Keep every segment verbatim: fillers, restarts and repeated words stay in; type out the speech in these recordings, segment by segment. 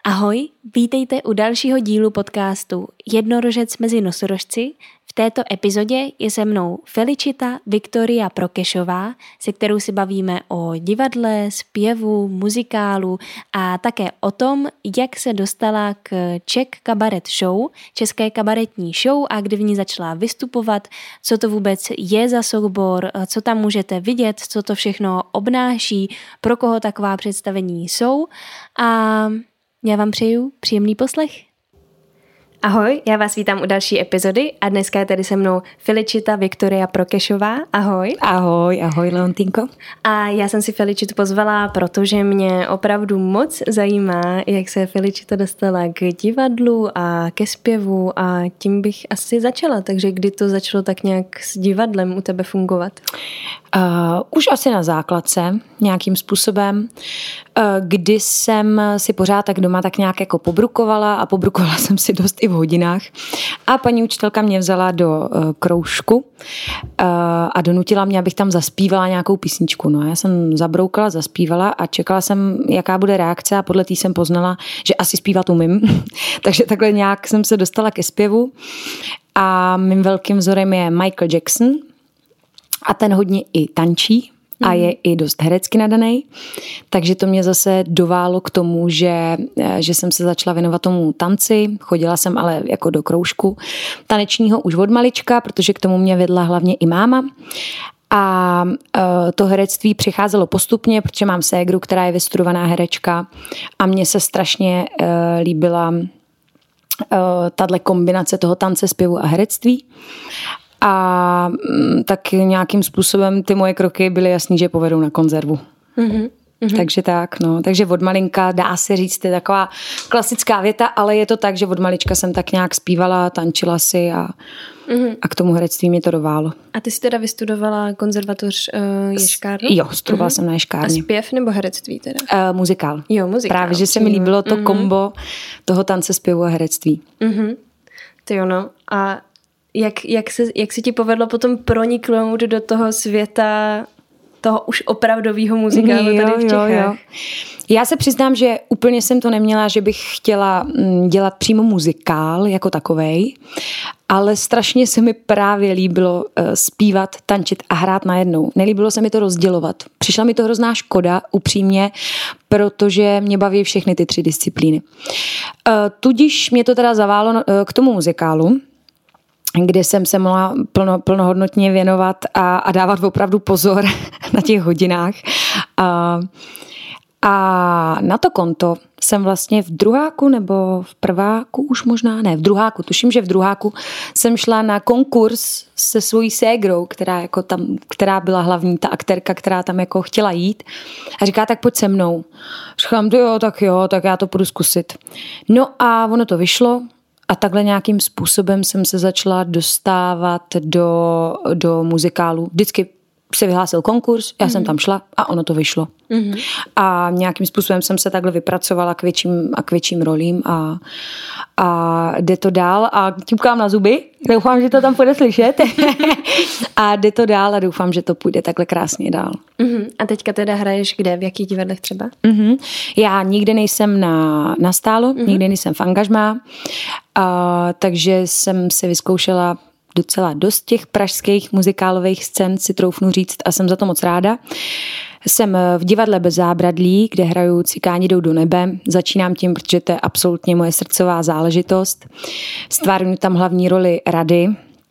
Ahoj, vítejte u dalšího dílu podcastu Jednorožec mezi nosorožci. V této epizodě je se mnou Feličita Viktoria Prokešová, se kterou si bavíme o divadle, zpěvu, muzikálu a také o tom, jak se dostala k Czech Cabaret Show, české kabaretní show, a kdy v ní začala vystupovat, co to vůbec je za soubor, co tam můžete vidět, co to všechno obnáší, pro koho taková představení jsou, a já vám přeju příjemný poslech. Ahoj, já vás vítám u další epizody a dneska je tady se mnou Feličita Viktoria Prokešová. Ahoj. Ahoj, ahoj Leontýnko. A já jsem si Feličitu pozvala, protože mě opravdu moc zajímá, jak se Feličita dostala k divadlu a ke zpěvu, a tím bych asi začala. Takže kdy to začalo tak nějak s divadlem u tebe fungovat? Uh, už asi na základce nějakým způsobem, uh, kdy jsem si pořád tak doma tak nějak jako pobrukovala a pobrukovala jsem si dost i v hodinách. A paní učitelka mě vzala do uh, kroužku uh, a donutila mě, abych tam zaspívala nějakou písničku. No, já jsem zabroukala, zaspívala a čekala jsem, jaká bude reakce, a podle té jsem poznala, že asi zpívat umím. Takže takhle nějak jsem se dostala ke zpěvu a mým velkým vzorem je Michael Jackson. A ten hodně i tančí a je i dost herecky nadaný. Takže to mě zase doválo k tomu, že, že jsem se začala věnovat tomu tanci. Chodila jsem ale jako do kroužku tanečního už od malička, protože k tomu mě vedla hlavně i máma. A to herectví přicházelo postupně, protože mám ségru, která je vystudovaná herečka, a mně se strašně líbila tahle kombinace toho tance, zpěvu a herectví. A tak nějakým způsobem ty moje kroky byly jasný, že povedou na konzervu. Mm-hmm. Takže tak, no. Takže od malinka, dá se říct, je taková klasická věta, ale je to tak, že od malička jsem tak nějak zpívala, tančila si a, mm-hmm. a k tomu herectví mě to doválo. A ty jsi teda vystudovala konzervatoř uh, Ješkárnu? Jo, studovala mm-hmm. jsem na Ješkárně. A zpěv nebo herectví teda? Uh, muzikál. Jo, muzikál. Právě, že se mi líbilo to mm-hmm. kombo toho tance, zpěvu a herectví. Mm-hmm. Ty jo, no. A Jak, jak, se, jak se ti povedlo potom proniknout do toho světa toho už opravdového muzikálu jo, tady v Čechách? Jo, jo. Já se přiznám, že úplně jsem to neměla, že bych chtěla dělat přímo muzikál jako takovej, ale strašně se mi právě líbilo zpívat, tančit a hrát najednou. Nelíbilo se mi to rozdělovat. Přišla mi to hrozná škoda, upřímně, protože mě baví všechny ty tři disciplíny. Tudíž mě to teda zaválo k tomu muzikálu, kde jsem se mohla plno, plnohodnotně věnovat a, a dávat opravdu pozor na těch hodinách. A, a na to konto jsem vlastně v druháku nebo v prváku už možná, ne, v druháku, tuším, že v druháku jsem šla na konkurs se svojí ségrou, která, jako tam, která byla hlavní, ta aktérka, která tam jako chtěla jít, a říká, tak pojď se mnou. Říkám, jo, tak jo, tak já to půjdu zkusit. No a ono to vyšlo. A takhle nějakým způsobem jsem se začala dostávat do, do muzikálu. Vždycky se vyhlásil konkurs, já mm. jsem tam šla a ono to vyšlo. Mm. A nějakým způsobem jsem se takhle vypracovala k větším a k větším rolím a, a jde to dál a tímkám na zuby. Doufám, že to tam půjde slyšet. A jde to dál a doufám, že to půjde takhle krásně dál. Mm. A teďka teda hraješ kde? V jakých divadlech třeba? Mm. Já nikdy nejsem na, na stálo, mm. nikdy nejsem v angažmá, a, takže jsem si vyzkoušela docela dost těch pražských muzikálových scén, si troufnu říct, a jsem za to moc ráda. Jsem v divadle Bez zábradlí, kde hraju Cikáni jdou do nebe. Začínám tím, protože to je absolutně moje srdcová záležitost. Stvárňuji tam hlavní roli Rady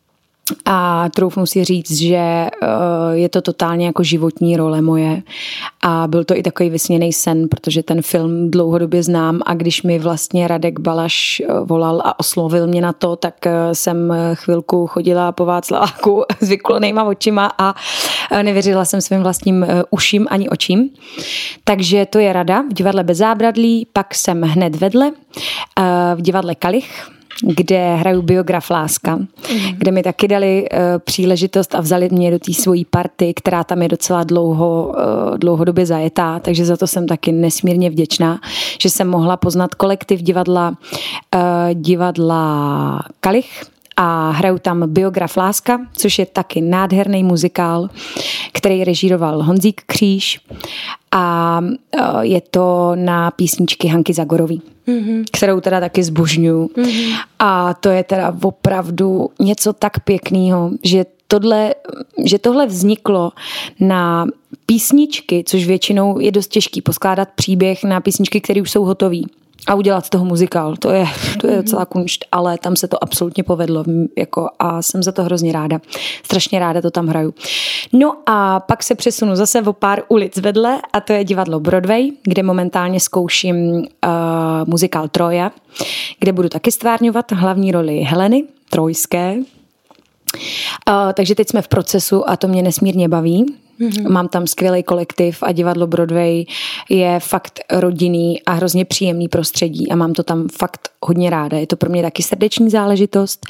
a troufnu si říct, že je to totálně jako životní role moje. A byl to i takový vysněný sen, protože ten film dlouhodobě znám, a když mi vlastně Radek Balaš volal a oslovil mě na to, tak jsem chvilku chodila po Václaváku s vykulenýma očima a nevěřila jsem svým vlastním uším ani očím. Takže to je Rada v divadle Bez zábradlí, pak jsem hned vedle v divadle Kalich, kde hraju Biograf Láska, mm. kde mi taky dali uh, příležitost a vzali mě do té svojí party, která tam je docela dlouho, uh, dlouhodobě zajetá, takže za to jsem taky nesmírně vděčná, že jsem mohla poznat kolektiv divadla, uh, divadla Kalich a hraju tam Biograf Láska, což je taky nádherný muzikál, který režíroval Honzík Kříž a je to na písničky Hanky Zagorový, mm-hmm. kterou teda taky zbožňuju. Mm-hmm. A to je teda opravdu něco tak pěkného, že tohle, že tohle vzniklo na písničky, což většinou je dost těžký poskládat příběh na písničky, které už jsou hotový a udělat z toho muzikál. To je, to je celá kunšt, ale tam se to absolutně povedlo jako, a jsem za to hrozně ráda. Strašně ráda to tam hraju. No a pak se přesunu zase o pár ulic vedle a to je divadlo Broadway, kde momentálně zkouším uh, muzikál Troja, kde budu taky stvárňovat hlavní roli Heleny Trojské. Uh, takže teď jsme v procesu a to mě nesmírně baví. Mm-hmm. Mám tam skvělý kolektiv a divadlo Broadway je fakt rodinný a hrozně příjemný prostředí a mám to tam fakt hodně ráda. Je to pro mě taky srdeční záležitost.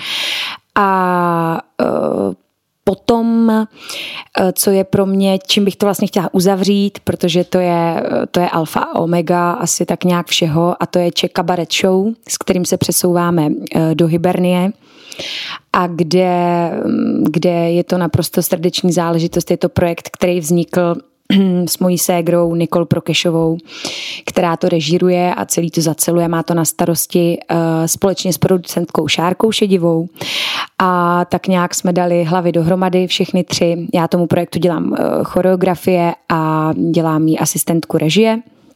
A uh, potom, uh, co je pro mě, čím bych to vlastně chtěla uzavřít, protože to je, to je alfa a omega asi tak nějak všeho a to je Czech Cabaret Show, s kterým se přesouváme uh, do Hibernie. A kde, kde je to naprosto srdeční záležitost. Je to projekt, který vznikl s mojí ségrou Nikol Prokešovou, která to režíruje a celý to zaceluje. Má to na starosti uh, společně s producentkou Šárkou Šedivou. A tak nějak jsme dali hlavy dohromady, všechny tři. Já tomu projektu dělám uh, choreografie a dělám jí asistentku režie.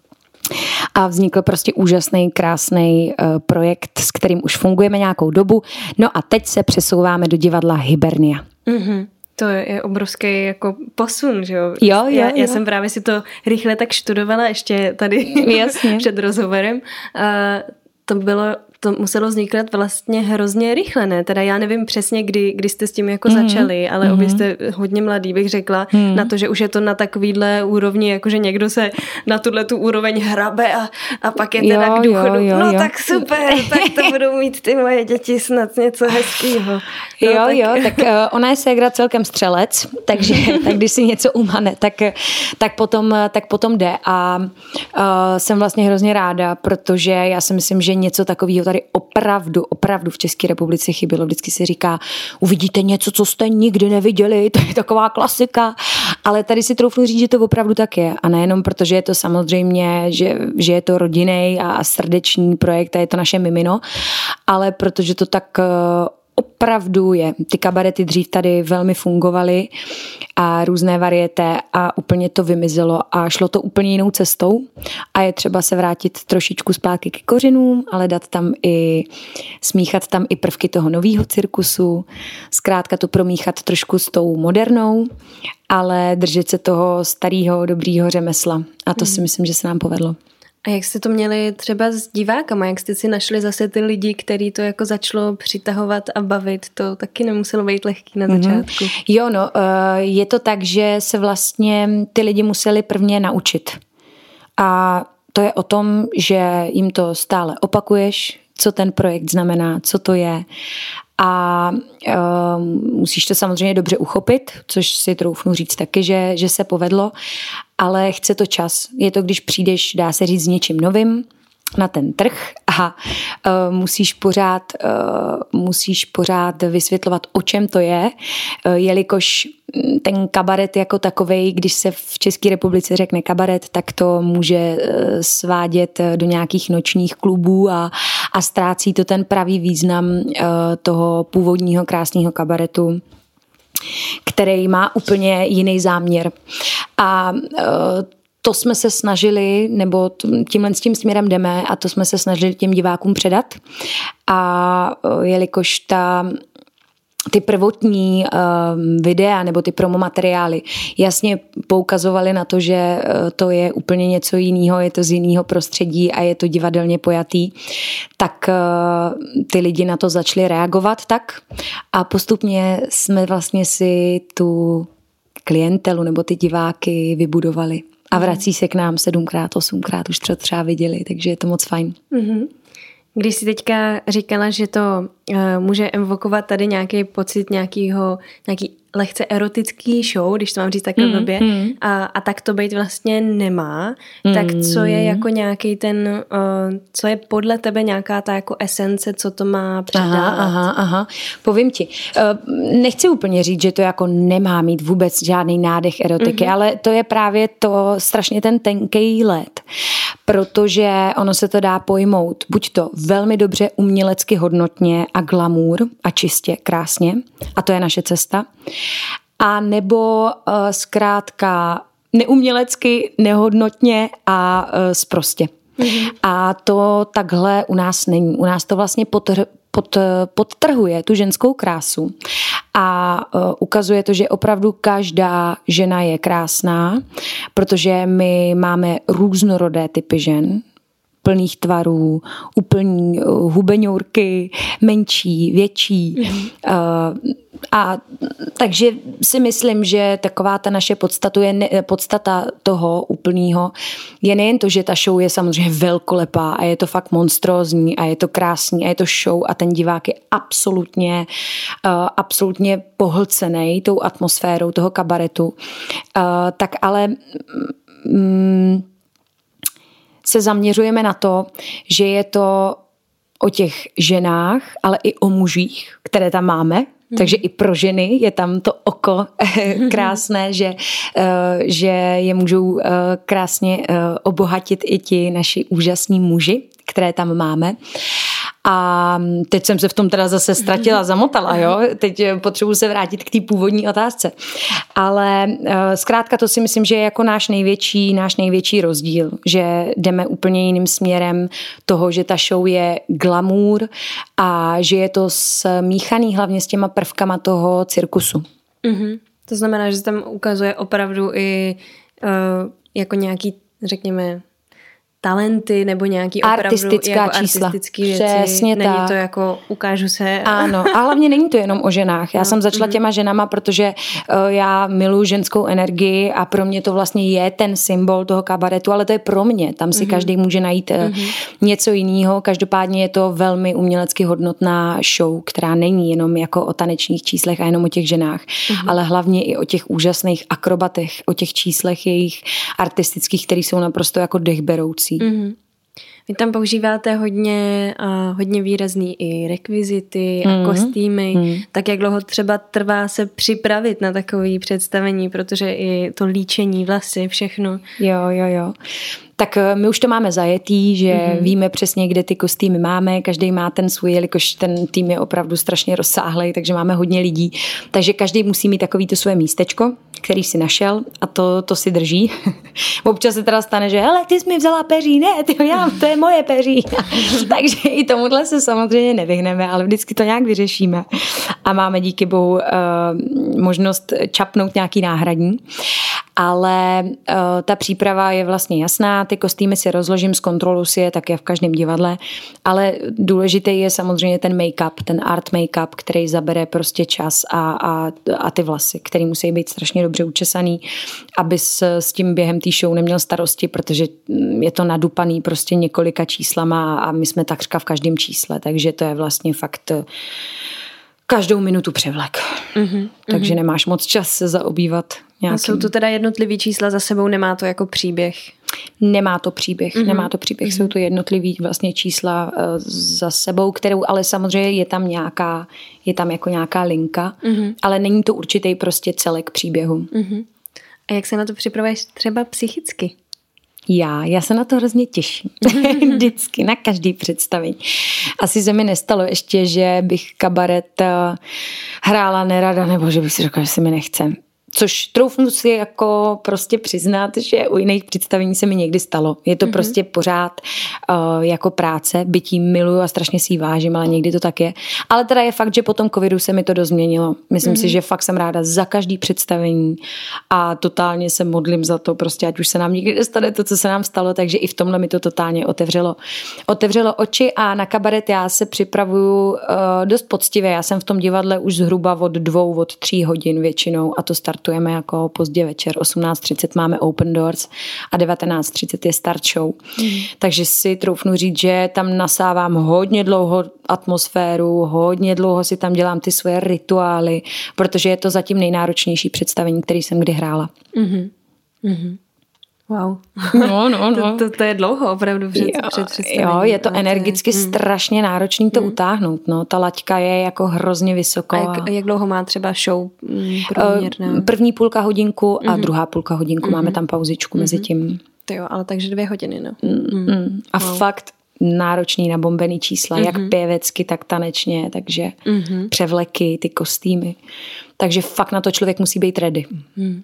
A vznikl prostě úžasný, krásný uh, projekt, s kterým už fungujeme nějakou dobu. No a teď se přesouváme do divadla Hibernia. Mm-hmm. To je obrovský jako posun, že jo? Jo, jo, já, jo. já jsem právě si to rychle tak študovala ještě tady Jasně. před rozhovorem. A to bylo, to muselo vzniknout vlastně hrozně rychle, ne? Teda já nevím přesně, kdy, kdy jste s tím jako mm-hmm. začali, ale mm-hmm. obě jste hodně mladý, bych řekla, mm. na to, že už je to na takovýhle úrovni, jakože někdo se na tuhle tu úroveň hrabe a, a pak je teda jo, k důchodu. Jo, jo, no jo. tak super, tak to budou mít ty moje děti snad něco hezkýho. No, jo, tak... jo, tak uh, ona je ségra celkem střelec, takže tak když si něco umane, tak, tak, potom, tak potom jde a uh, jsem vlastně hrozně ráda, protože já si myslím, že něco takového tady opravdu, opravdu v České republice chybělo. Vždycky se říká, uvidíte něco, co jste nikdy neviděli, to je taková klasika, ale tady si troufnu říct, že to opravdu tak je a nejenom protože je to samozřejmě, že, že je to rodinný a srdeční projekt a je to naše mimino, ale protože to tak opravdu je. Ty kabarety dřív tady velmi fungovaly a různé varieté a úplně to vymizelo a šlo to úplně jinou cestou a je třeba se vrátit trošičku zpátky ke kořenům, ale dát tam i, smíchat tam i prvky toho nového cirkusu, zkrátka to promíchat trošku s tou modernou, ale držet se toho starého, dobrýho řemesla a to si myslím, že se nám povedlo. A jak jste to měli třeba s divákama? Jak jste si našli zase ty lidi, který to jako začalo přitahovat a bavit? To taky nemuselo být lehký na začátku. Mm-hmm. Jo, no, je to tak, že se vlastně ty lidi museli prvně naučit. A to je o tom, že jim to stále opakuješ, co ten projekt znamená, co to je. A uh, musíš to samozřejmě dobře uchopit, což si troufnu říct taky, že, že se povedlo, ale chce to čas. Je to, když přijdeš, dá se říct, s něčím novým na ten trh a uh, musíš pořád, uh, musíš pořád vysvětlovat, o čem to je, uh, jelikož ten kabaret jako takovej, když se v České republice řekne kabaret, tak to může svádět do nějakých nočních klubů a, a ztrácí to ten pravý význam toho původního krásného kabaretu, který má úplně jiný záměr. A to jsme se snažili, nebo tímhle s tím směrem jdeme a to jsme se snažili těm divákům předat. A jelikož ta ty prvotní uh, videa nebo ty promomateriály jasně poukazovaly na to, že uh, to je úplně něco jiného, je to z jiného prostředí a je to divadelně pojatý, tak uh, ty lidi na to začali reagovat tak a postupně jsme vlastně si tu klientelu nebo ty diváky vybudovali a vrací se k nám sedmkrát, osmkrát, už to třeba viděli, takže je to moc fajn. Mm-hmm. Když jsi teďka říkala, že to uh, může evokovat tady nějaký pocit nějakého, nějaký lehce erotický show, když to mám říct takhle mm, blbě, mm. a, a tak to být vlastně nemá, mm. tak co je jako nějaký ten, uh, co je podle tebe nějaká ta jako esence, co to má předat? Aha, aha, aha. Povím ti, uh, nechci úplně říct, že to jako nemá mít vůbec žádný nádech erotiky, mm-hmm. ale to je právě to strašně ten tenkej led, protože ono se to dá pojmout buď to velmi dobře umělecky hodnotně a glamour a čistě, krásně, a to je naše cesta, a nebo uh, zkrátka neumělecky, nehodnotně a uh, sprostě. Mm-hmm. A to takhle u nás není. U nás to vlastně potr- pod, podtrhuje tu ženskou krásu a uh, ukazuje to, že opravdu každá žena je krásná, protože my máme různorodé typy žen, plných tvarů, úplní uh, hubeňourky, menší, větší. Mm-hmm. Uh, a takže si myslím, že taková ta naše podstata, je ne, podstata toho úplného je nejen to, že ta show je samozřejmě velkolepá a je to fakt monstrózní a je to krásný a je to show a ten divák je absolutně, uh, absolutně pohlcený tou atmosférou toho kabaretu. Uh, tak ale um, se zaměřujeme na to, že je to o těch ženách, ale i o mužích, které tam máme. Mm. Takže i pro ženy je tam to oko krásné, že, že je můžou krásně obohatit i ti naši úžasní muži, které tam máme. A teď jsem se v tom teda zase ztratila, zamotala, jo? Teď potřebuji se vrátit k té původní otázce. Ale zkrátka to si myslím, že je jako náš největší, náš největší rozdíl, že jdeme úplně jiným směrem toho, že ta show je glamour a že je to smíchaný hlavně s těma prvkama toho cirkusu. Mm-hmm. To znamená, že se tam ukazuje opravdu i uh, jako nějaký, řekněme, talenty nebo nějaký opravdu artistická jako čísla. artistický věci. Přesně není tak. to jako ukážu se. Ano, a hlavně není to jenom o ženách. Já no, jsem začala mm. těma ženama, protože uh, já miluji ženskou energii a pro mě to vlastně je ten symbol toho kabaretu, ale to je pro mě. Tam si mm. každý může najít uh, mm. něco jiného. Každopádně je to velmi umělecky hodnotná show, která není jenom jako o tanečních číslech a jenom o těch ženách, mm. ale hlavně i o těch úžasných akrobatech, o těch číslech jejich artistických, které jsou naprosto jako dechberoucí. Mm-hmm. Vy tam používáte hodně, uh, hodně výrazný i rekvizity a mm-hmm. kostýmy. Mm. Tak jak dlouho třeba trvá se připravit na takové představení, protože i to líčení, vlasy, všechno. Jo, jo, jo. Tak my už to máme zajetý, že mm-hmm. víme přesně, kde ty kostýmy máme, každý má ten svůj, jelikož ten tým je opravdu strašně rozsáhlej, takže máme hodně lidí, takže každý musí mít takový to svoje místečko, který si našel a to, to si drží. Občas se teda stane, že hele, ty jsi mi vzala peří, ne, ty, já, to je moje peří. Takže i tomuhle se samozřejmě nevyhneme, ale vždycky to nějak vyřešíme a máme díky bohu uh, možnost čapnout nějaký náhradní. Ale uh, ta příprava je vlastně jasná, ty kostýmy si rozložím, zkontroluji si je, tak je v každém divadle, ale důležitý je samozřejmě ten make-up, ten art make-up, který zabere prostě čas a, a, a ty vlasy, který musí být strašně dobře učesaný, aby s, s tím během té show neměl starosti, protože je to nadupaný prostě několika číslama a my jsme takřka v každém čísle, takže to je vlastně fakt každou minutu převlek. Mm-hmm, takže mm-hmm. nemáš moc čas se zaobývat nějakým. A jsou to teda jednotlivý čísla za sebou, nemá to jako příběh? Nemá to příběh, mm-hmm. nemá to příběh, mm-hmm. jsou to jednotlivý vlastně čísla uh, za sebou, kterou, ale samozřejmě je tam nějaká, je tam jako nějaká linka, mm-hmm. ale není to určitý prostě celek příběhu. Mm-hmm. A jak se na to připravuješ třeba psychicky? Já, já se na to hrozně těším. Vždycky, na každý představení. Asi se mi nestalo ještě, že bych kabaret hrála nerada, nebo že bych si řekla, že se mi nechce. Což troufnu si jako prostě přiznat, že u jiných představení se mi někdy stalo. Je to mm-hmm. prostě pořád uh, jako práce, byť jí miluju a strašně si ji vážím, ale někdy to tak je. Ale teda je fakt, že po tom covidu se mi to dost změnilo. Myslím mm-hmm. si, že fakt jsem ráda za každý představení a totálně se modlím za to, prostě ať už se nám nikdy nestane to, co se nám stalo, takže i v tomhle mi to totálně otevřelo. Otevřelo oči a na kabaret já se připravuju uh, dost poctivě. Já jsem v tom divadle už zhruba od dvou, od tří hodin většinou a to startuje startujeme jako pozdě večer, osmnáct třicet máme open doors a devatenáct třicet je start show. Mm. Takže si troufnu říct, že tam nasávám hodně dlouho atmosféru, hodně dlouho si tam dělám ty svoje rituály, protože je to zatím nejnáročnější představení, který jsem kdy hrála. Mm-hmm. Mm-hmm. Wow. No, no, no. to, to, to je dlouho opravdu před, jo, před představením. Jo, je to energicky to je, strašně náročný to mm. utáhnout. No. Ta laťka je jako hrozně vysoko. A jak, jak dlouho má třeba show průměrná? První půlka hodinku a mm. druhá půlka hodinku. Mm. Máme tam pauzičku mm. mezi tím. To jo, ale takže dvě hodiny, no. Mm. Mm. A wow. fakt náročný nabombený čísla, mm-hmm. jak pěvecky, tak tanečně, takže mm-hmm. převleky, ty kostýmy. Takže fakt na to člověk musí být ready. Mm.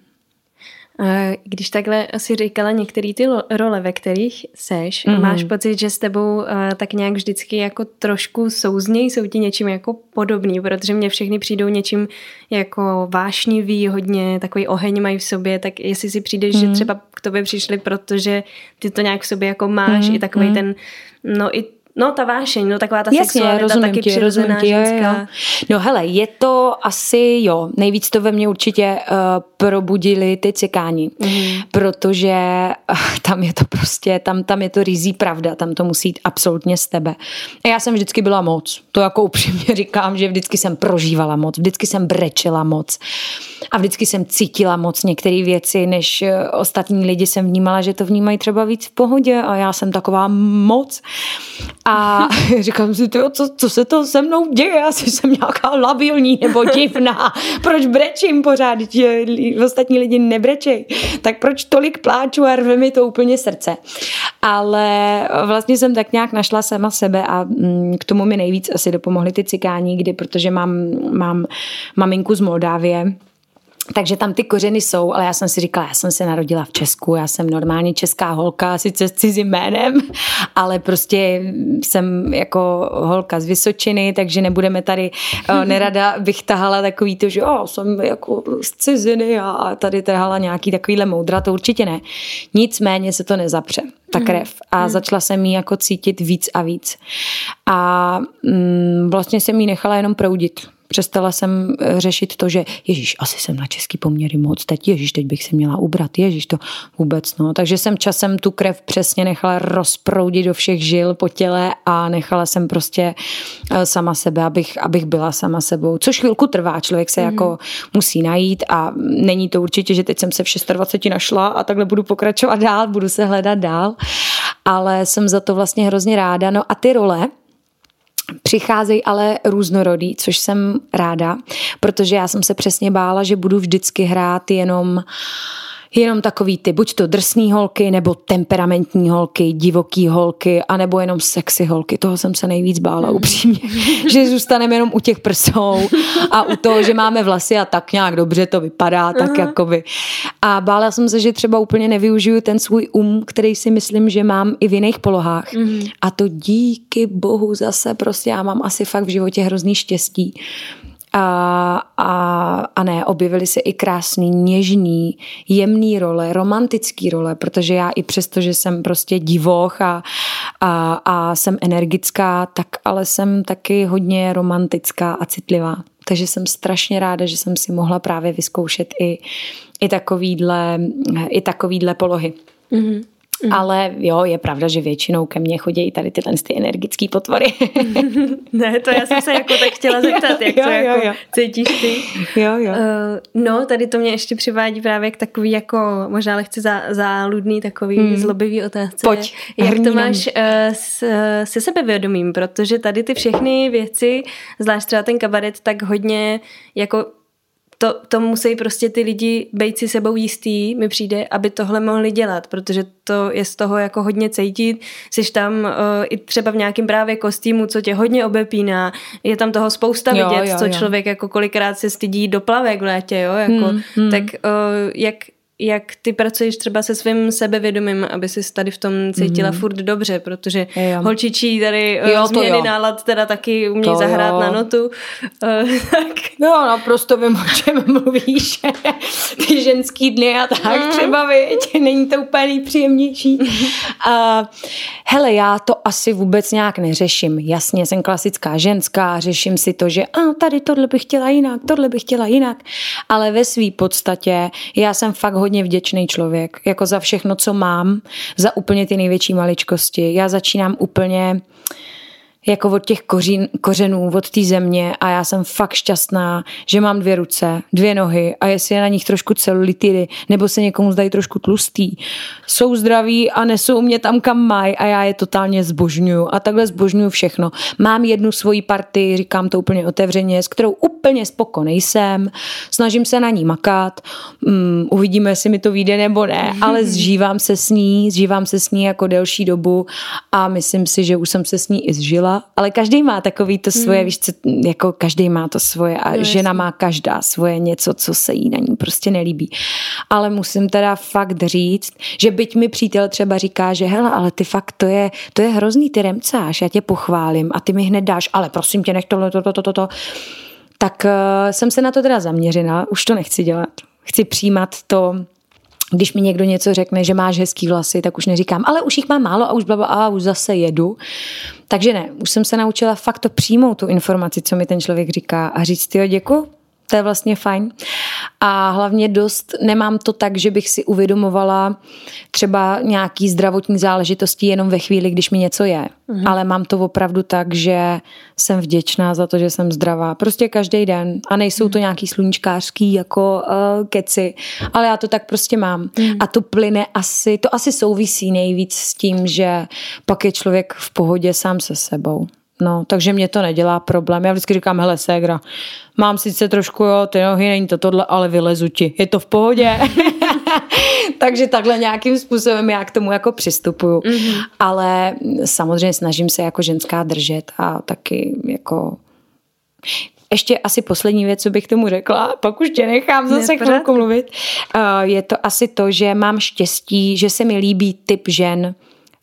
Když takhle asi říkala některé ty role, ve kterých seš, mm-hmm. máš pocit, že s tebou uh, tak nějak vždycky jako trošku souznějí, jsou ti něčím jako podobný, protože mě všechny přijdou něčím jako vášnivý, hodně takový oheň mají v sobě, tak jestli si přijdeš, mm-hmm. že třeba k tobě přišli, protože ty to nějak v sobě jako máš mm-hmm. i takový mm-hmm. ten, no i No ta vášeň, no taková ta Jasně, sexualita taky tě, přirozená tě, ženská. Jo, jo. No hele, je to asi jo, nejvíc to ve mně určitě uh, probudili ty cikání, mm. protože uh, tam je to prostě, tam, tam je to rizí pravda, tam to musí jít absolutně z tebe. A já jsem vždycky byla moc, to jako upřímně říkám, že vždycky jsem prožívala moc, vždycky jsem brečela moc a vždycky jsem cítila moc některé věci, než ostatní lidi jsem vnímala, že to vnímají třeba víc v pohodě a já jsem taková moc. A říkám si, tyjo, co, co se to se mnou děje? Já jsem nějaká labilní nebo divná. Proč brečím pořád, že ostatní lidi nebrečej? Tak proč tolik pláču a rve mi to úplně srdce? Ale vlastně jsem tak nějak našla sama sebe a k tomu mi nejvíc asi dopomohly ty cikání, kdy, protože mám, mám maminku z Moldávie, takže tam ty kořeny jsou, ale já jsem si říkala, já jsem se narodila v Česku, já jsem normálně česká holka, sice s cizím jménem, ale prostě jsem jako holka z Vysočiny, takže nebudeme tady, nerada bych tahala takový to, že jo, jsem jako z ciziny a tady tahala nějaký takovýhle moudra, to určitě ne. Nicméně se to nezapře, ta krev. A začala jsem jí jako cítit víc a víc. A mm, vlastně jsem jí nechala jenom proudit. Přestala jsem řešit to, že ježíš, asi jsem na český poměry moc, teď ježíš, teď bych se měla ubrat, ježíš, to vůbec, no. Takže jsem časem tu krev přesně nechala rozproudit do všech žil po těle a nechala jsem prostě sama sebe, abych, abych byla sama sebou, což chvilku trvá, člověk se mm. jako musí najít a není to určitě, že teď jsem se v dvaceti šesti našla a takhle budu pokračovat dál, budu se hledat dál, ale jsem za to vlastně hrozně ráda, no a ty role přicházejí ale různorodý, což jsem ráda, protože já jsem se přesně bála, že budu vždycky hrát jenom jenom takový ty, buď to drsný holky, nebo temperamentní holky, divoký holky, anebo jenom sexy holky. Toho jsem se nejvíc bála, upřímně. Že zůstaneme jenom u těch prsou a u toho, že máme vlasy a tak nějak dobře to vypadá, tak jakoby. A bála jsem se, že třeba úplně nevyužiju ten svůj um, který si myslím, že mám i v jiných polohách. Mm. A to díky bohu zase prostě já mám asi fakt v životě hrozný štěstí. A, a, a ne, objevily se i krásný, něžný, jemný role, romantický role, protože já i přesto, že jsem prostě divoch a, a, a jsem energická, tak ale jsem taky hodně romantická a citlivá. Takže jsem strašně ráda, že jsem si mohla právě vyzkoušet i, i takovýhle, i takovýhle polohy. Mm-hmm. Mm. Ale jo, je pravda, že většinou ke mně chodí tady tyhle ty energický potvory. Ne, to já jsem se jako tak chtěla zeptat, jak jo, to jo, jako jo. cítíš ty. Jo, jo. Uh, no, tady to mě ještě přivádí právě k takový jako možná lehce zá, záludný, takový mm. zlobivý otázce. Pojď, jak to máš uh, s, se sebevědomím, protože tady ty všechny věci, zvlášť třeba ten kabaret, tak hodně jako To, to musí prostě ty lidi být si sebou jistý, mi přijde, aby tohle mohli dělat, protože to je z toho jako hodně cítit, jsi tam uh, i třeba v nějakém právě kostýmu, co tě hodně obepíná, je tam toho spousta jo, vidět, jo, co jo. člověk jako kolikrát se stydí do plavek v létě, jo, jako, hmm, hmm. tak uh, jak jak ty pracuješ třeba se svým sebevědomím, aby si tady v tom cítila mm. furt dobře, protože jo. holčičí tady jo, změny jo. nálad teda taky umí to zahrát jo. na notu. tak. Jo, naprosto vím, o čem mluvíš. Ty ženský dny a tak mm. třeba, viď, není to úplně nejpříjemnější. uh, hele, já to asi vůbec nějak neřeším. Jasně, jsem klasická ženská, řeším si to, že a, tady tohle bych chtěla jinak, tohle bych chtěla jinak, ale ve své podstatě já jsem fakt hodně vděčný člověk, jako za všechno, co mám, za úplně ty největší maličkosti. Já začínám úplně jako od těch kořín, kořenů, od té země a já jsem fakt šťastná, že mám dvě ruce, dvě nohy a jestli je na nich trošku celulitidy, nebo se někomu zdají trošku tlustý, jsou zdraví a nesou mě tam, kam mají a já je totálně zbožňuju a takhle zbožňuju všechno. Mám jednu svoji partii, říkám to úplně otevřeně, s kterou úplně spoko nejsem, snažím se na ní makat, um, uvidíme, jestli mi to vyjde nebo ne, ale zžívám se s ní, zžívám se s ní jako delší dobu a myslím si, že už jsem se s ní i zžila. Ale každý má takový to svoje, hmm. víš co, jako každý má to svoje a no, žena jasný. Má každá svoje něco, co se jí na ní prostě nelíbí. Ale musím teda fakt říct, že byť mi přítel třeba říká, že hele, ale ty fakt, to je, to je hrozný, ty remcáš, já tě pochválím a ty mi hned dáš, ale prosím tě, nech tohle, toto, toto, to. Tak uh, jsem se na to teda zaměřena, už to nechci dělat. Chci přijímat to, když mi někdo něco řekne, že máš hezký vlasy, tak už neříkám, ale už jich mám málo a už blabla, a už zase jedu. Takže ne, už jsem se naučila fakt to přijmout, tu informaci, co mi ten člověk říká a říct, tyjo, děkuju, to je vlastně fajn. A hlavně dost nemám to tak, že bych si uvědomovala třeba nějaký zdravotní záležitosti jenom ve chvíli, když mi něco je. Mhm. Ale mám to opravdu tak, že jsem vděčná za to, že jsem zdravá. Prostě každý den. A nejsou to nějaký sluníčkářský jako uh, keci. Ale já to tak prostě mám. Mhm. A to plyne asi, to asi souvisí nejvíc s tím, že pak je člověk v pohodě sám se sebou. No, takže mě to nedělá problém. Já vždycky říkám, hele, ségra, mám sice trošku, jo, ty nohy, není to tohle, ale vylezu ti. Je to v pohodě. Takže takhle nějakým způsobem já k tomu jako přistupuju. Mm-hmm. Ale samozřejmě snažím se jako ženská držet a taky jako... Ještě asi poslední věc, co bych tomu řekla, pak už tě nechám zase chvilku mluvit. Je to asi to, že mám štěstí, že se mi líbí typ žen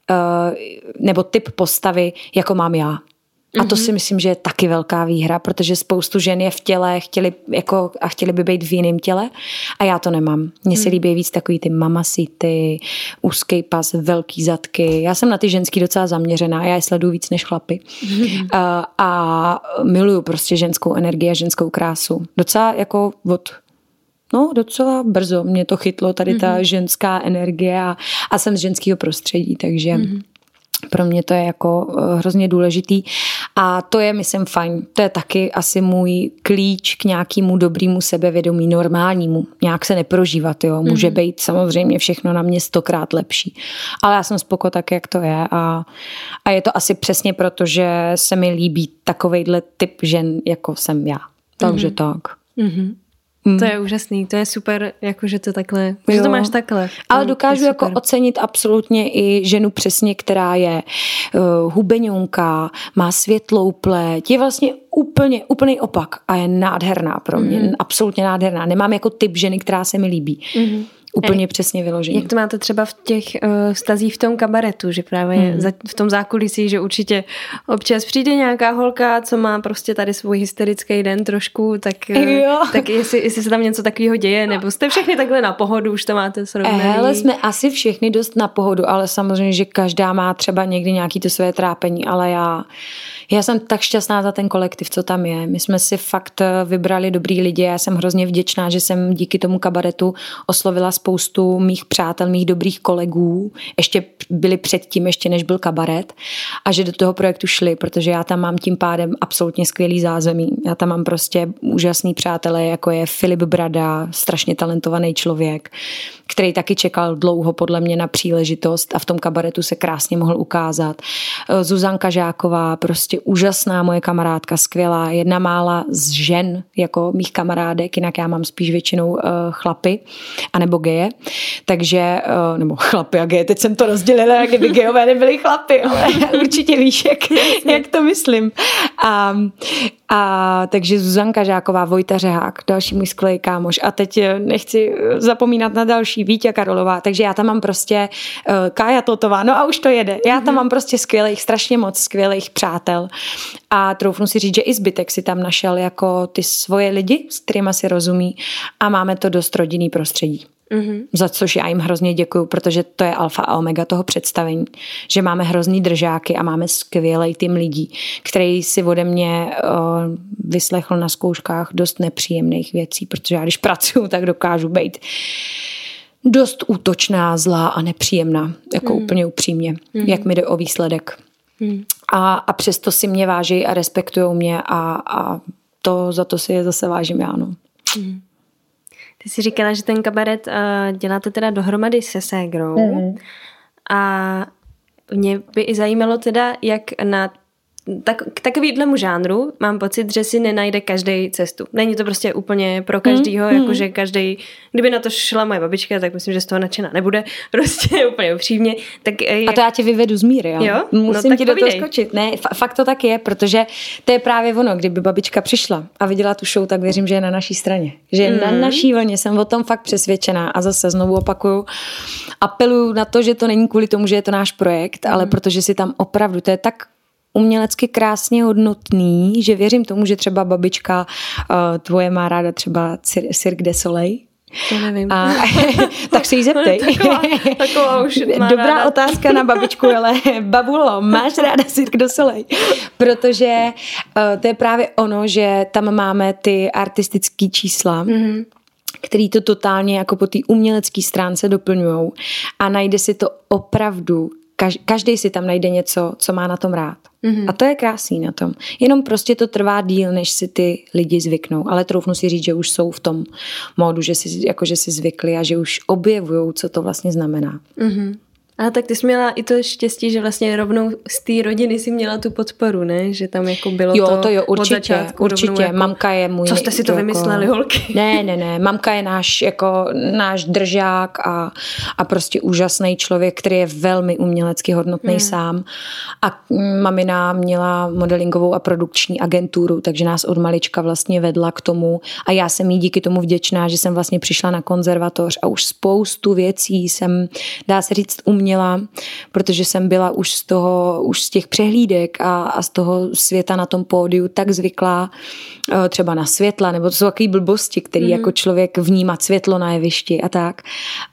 nebo typ postavy, jako mám já. A to si myslím, že je taky velká výhra, protože spoustu žen je v těle chtěli, jako, a chtěli by být v jiném těle a já to nemám. Mně se líbí víc takový ty mamasity, úzký pas, velký zadky. Já jsem na ty ženský docela zaměřená, já je sleduju víc než chlapy. A, a miluju prostě ženskou energii a ženskou krásu. Docela jako od... No, docela brzo mě to chytlo, tady ta mm-hmm. ženská energie a, a jsem z ženského prostředí, takže mm-hmm. pro mě to je jako hrozně důležitý a to je, myslím, fajn. To je taky asi můj klíč k nějakému dobrému sebevědomí, normálnímu. Nějak se neprožívat, jo. Může mm-hmm. být samozřejmě všechno na mě stokrát lepší. Ale já jsem spoko tak, jak to je a, a je to asi přesně proto, že se mi líbí takovejhle typ žen, jako jsem já. Takže mm-hmm. tak. Mm-hmm. Mm. To je úžasný, to je super, jakože to takhle, jo. Že to máš takhle. Ale dokážu jako ocenit absolutně i ženu přesně, která je uh, hubeňonka, má světlou pleť, je vlastně úplně, úplný opak a je nádherná pro mě, mm. absolutně nádherná. Nemám jako typ ženy, která se mi líbí. Mm. Úplně přesně vyložený. Jak to máte třeba v těch uh, vztazích v tom kabaretu, že právě hmm. za, v tom zákulisí, že určitě občas přijde nějaká holka, co má prostě tady svůj hysterický den trošku, tak, uh, tak jestli, jestli se tam něco takového děje, nebo jste všechny takhle na pohodu, už to máte srovnaný? Hele, jsme asi všechny dost na pohodu, ale samozřejmě, že každá má třeba někdy nějaký to své trápení, ale já Já jsem tak šťastná za ten kolektiv, co tam je. My jsme si fakt vybrali dobrý lidi. Já jsem hrozně vděčná, že jsem díky tomu kabaretu oslovila spoustu mých přátel, mých dobrých kolegů. Ještě byli předtím, ještě než byl kabaret. A že do toho projektu šli, protože já tam mám tím pádem absolutně skvělý zázemí. Já tam mám prostě úžasný přátelé, jako je Filip Brada, strašně talentovaný člověk, který taky čekal dlouho podle mě na příležitost a v tom kabaretu se krásně mohl ukázat. Zuzanka Žáková, prostě úžasná moje kamarádka, skvělá, jedna mála z žen, jako mých kamarádek, jinak já mám spíš většinou uh, chlapy, anebo geje, takže, nebo chlapy a geje, teď jsem to rozdělila, jak kdyby gejové nebyli chlapy, ale určitě víš, jak, jak to myslím. A, a takže Zuzanka Žáková, Vojta Řehák, další můj skvělý kámoš a teď nechci zapomínat na další, Vítě Karolová, takže já tam mám prostě uh, Kája Totová, no a už to jede. Já tam mám prostě skvělých, strašně moc skvělých přátel a troufnu si říct, že i zbytek si tam našel jako ty svoje lidi, s kterými si rozumí a máme to dost rodinný prostředí. Mm-hmm. Za což já jim hrozně děkuju, protože to je alfa a omega toho představení, že máme hrozný držáky a máme skvělej tým lidí, který si ode mě uh, vyslechl na zkouškách dost nepříjemných věcí, protože já když pracuju, tak dokážu být dost útočná, zlá a nepříjemná, jako mm. úplně upřímně, mm. jak mi jde o výsledek. Mm. A, a přesto si mě váží a respektujou mě a, a to za to si je zase vážím já, no. Mm. Ty jsi říkala, že ten kabaret uh, děláte teda dohromady se ségrou mm. a mě by i zajímalo teda, jak na tak, k takovýhlemu žánru mám pocit, že si nenajde každý cestu. Není to prostě úplně pro každýho, mm. jakože každý, kdyby na to šla moje babička, tak myslím, že z toho nadšená nebude, prostě úplně upřímně. Tak, jak... A to já tě vyvedu z míry, jo? jo? Musím no, ti do toho skočit. Ne, fakt to tak je, protože to je právě ono, kdyby babička přišla a viděla tu show, tak věřím, že je na naší straně. Že mm. na naší vlně jsem o tom fakt přesvědčená a zase znovu opakuju, apeluju na to, že to není kvůli tomu, že je to náš projekt, mm. ale protože si tam opravdu, to je tak umělecky krásně hodnotný, že věřím tomu, že třeba babička uh, tvoje má ráda třeba Cirque du Soleil. To nevím. A, tak se jí zeptej. taková, taková už Dobrá ráda. Otázka na babičku, ale babulo, máš ráda Cirque du Soleil? Protože uh, to je právě ono, že tam máme ty artistické čísla, mm-hmm. který to totálně jako po té umělecké stránce doplňujou a najde si to opravdu každý si tam najde něco, co má na tom rád. Mm-hmm. A to je krásný na tom. Jenom prostě to trvá díl, než si ty lidi zvyknou. Ale troufnu si říct, že už jsou v tom módu, že si, jako, že si zvykli a že už objevujou, co to vlastně znamená. Mm-hmm. A tak ty jsi měla i to štěstí, že vlastně rovnou z té rodiny si měla tu podporu, ne? Že tam jako bylo jo, to, to jo, určitě, od začátku určitě. Jako, mamka je můj... Co jste si to jako, vymysleli, holky? Ne, ne, ne. Mamka je náš, jako, náš držák a, a prostě úžasný člověk, který je velmi umělecky hodnotný hmm. sám. A mamina měla modelingovou a produkční agenturu, takže nás od malička vlastně vedla k tomu a já jsem jí díky tomu vděčná, že jsem vlastně přišla na konzervatoř a už spoustu věcí jsem, dá se říct, uměla, protože jsem byla už z toho, už z těch přehlídek a, a z toho světa na tom pódiu tak zvyklá třeba na světla, nebo to jsou takový blbosti, který mm. jako člověk vnímá světlo na jevišti a tak.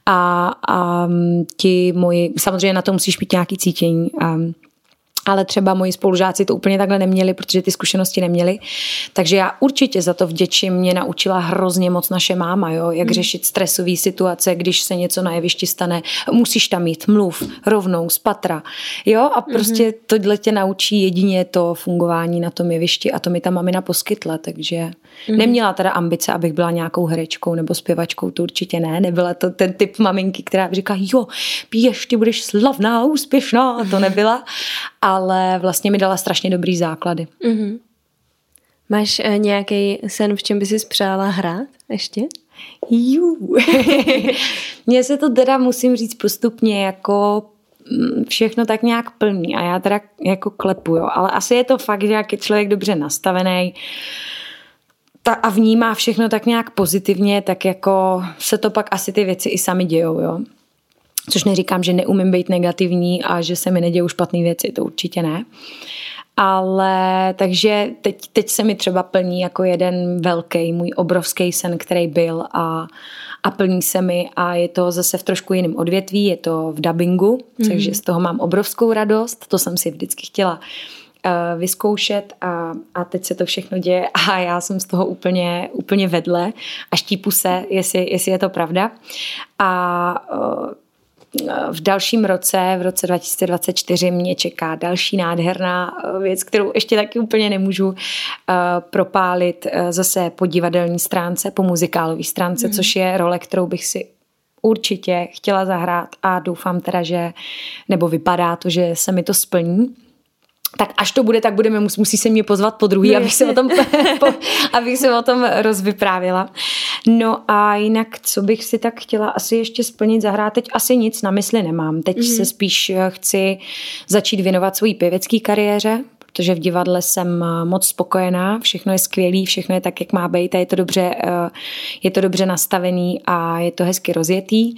A, a ti moji, samozřejmě na to musíš mít nějaký cítění a ale třeba moji spolužáci to úplně takhle neměli, protože ty zkušenosti neměli. Takže já určitě za to vděčím. Mě naučila hrozně moc naše máma, jo? Jak hmm. řešit stresové situace, když se něco na jevišti stane. Musíš tam jít, mluv, rovnou, z patra. Jo? A prostě hmm. tohle tě naučí jedině to fungování na tom jevišti a to mi ta mamina poskytla. Takže hmm. neměla teda ambice, abych byla nějakou herečkou nebo zpěvačkou, to určitě ne. Nebyla to ten typ maminky, která říká, jo, píješ, ty budeš slavná, úspěšná. To nebyla. Ale vlastně mi dala strašně dobrý základy. Mm-hmm. Máš uh, nějaký sen, v čem by si přála hrát ještě? Jú. Mně se to teda, musím říct, postupně jako všechno tak nějak plní a já teda jako klepu, jo. Ale asi je to fakt, že jak je člověk dobře nastavený ta, a vnímá všechno tak nějak pozitivně, tak jako se to pak asi ty věci i sami dějou, jo. Což neříkám, že neumím být negativní a že se mi nedějou špatné věci, to určitě ne. Ale takže teď, teď se mi třeba plní jako jeden velký, můj obrovský sen, který byl a, a plní se mi a je to zase v trošku jiném odvětví, je to v dabingu, mm-hmm. takže z toho mám obrovskou radost, to jsem si vždycky chtěla uh, vyzkoušet a, a teď se to všechno děje a já jsem z toho úplně, úplně vedle a štípu se, jestli, jestli je to pravda. A uh, v dalším roce, v roce dva tisíce dvacet čtyři mě čeká další nádherná věc, kterou ještě taky úplně nemůžu uh, propálit uh, zase po divadelní stránce, po muzikálové stránce, mm. což je role, kterou bych si určitě chtěla zahrát a doufám teda, že, nebo vypadá to, že se mi to splní. tak až to bude, tak budeme, musí se mě pozvat po druhý, abych se o tom, abych se o tom rozvyprávila. No a jinak, co bych si tak chtěla asi ještě splnit, zahrát, teď asi nic na mysli nemám. Teď mm-hmm. se spíš chci začít věnovat svojí pěvecké kariéře, protože v divadle jsem moc spokojená, všechno je skvělý, všechno je tak, jak má být a je to dobře, je to dobře nastavený a je to hezky rozjetý,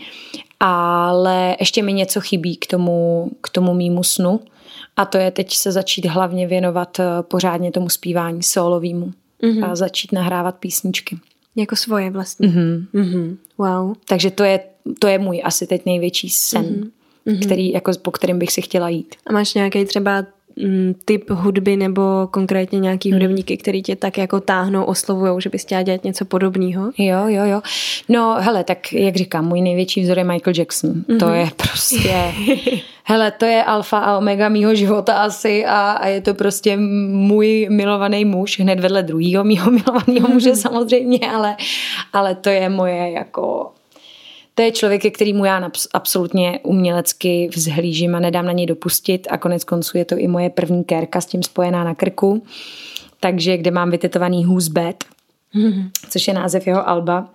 ale ještě mi něco chybí k tomu, k tomu mýmu snu a to je teď se začít hlavně věnovat pořádně tomu zpívání sólovýmu mm-hmm. a začít nahrávat písničky. Jako svoje vlastně. Mm-hmm. Mm-hmm. Wow. Takže to je, to je můj asi teď největší sen, mm-hmm. který, jako, po kterým bych si chtěla jít. A máš nějaký třeba typ hudby nebo konkrétně nějaký hmm. hudebníky, který tě tak jako táhnou, oslovujou, že bys chtěla dělat něco podobného? Jo, jo, jo. No, hele, tak jak říkám, můj největší vzor je Michael Jackson. Mm-hmm. To je prostě, hele, to je alfa a omega mýho života asi a, a je to prostě můj milovaný muž, hned vedle druhýho mýho milovaného muže samozřejmě, ale, ale to je moje jako... To je člověk, ke kterému já absolutně umělecky vzhlížím a nedám na něj dopustit a konec konců je to i moje první kérka s tím spojená na krku, takže kde mám vytetovaný Who's Bad, mm-hmm. což je název jeho alba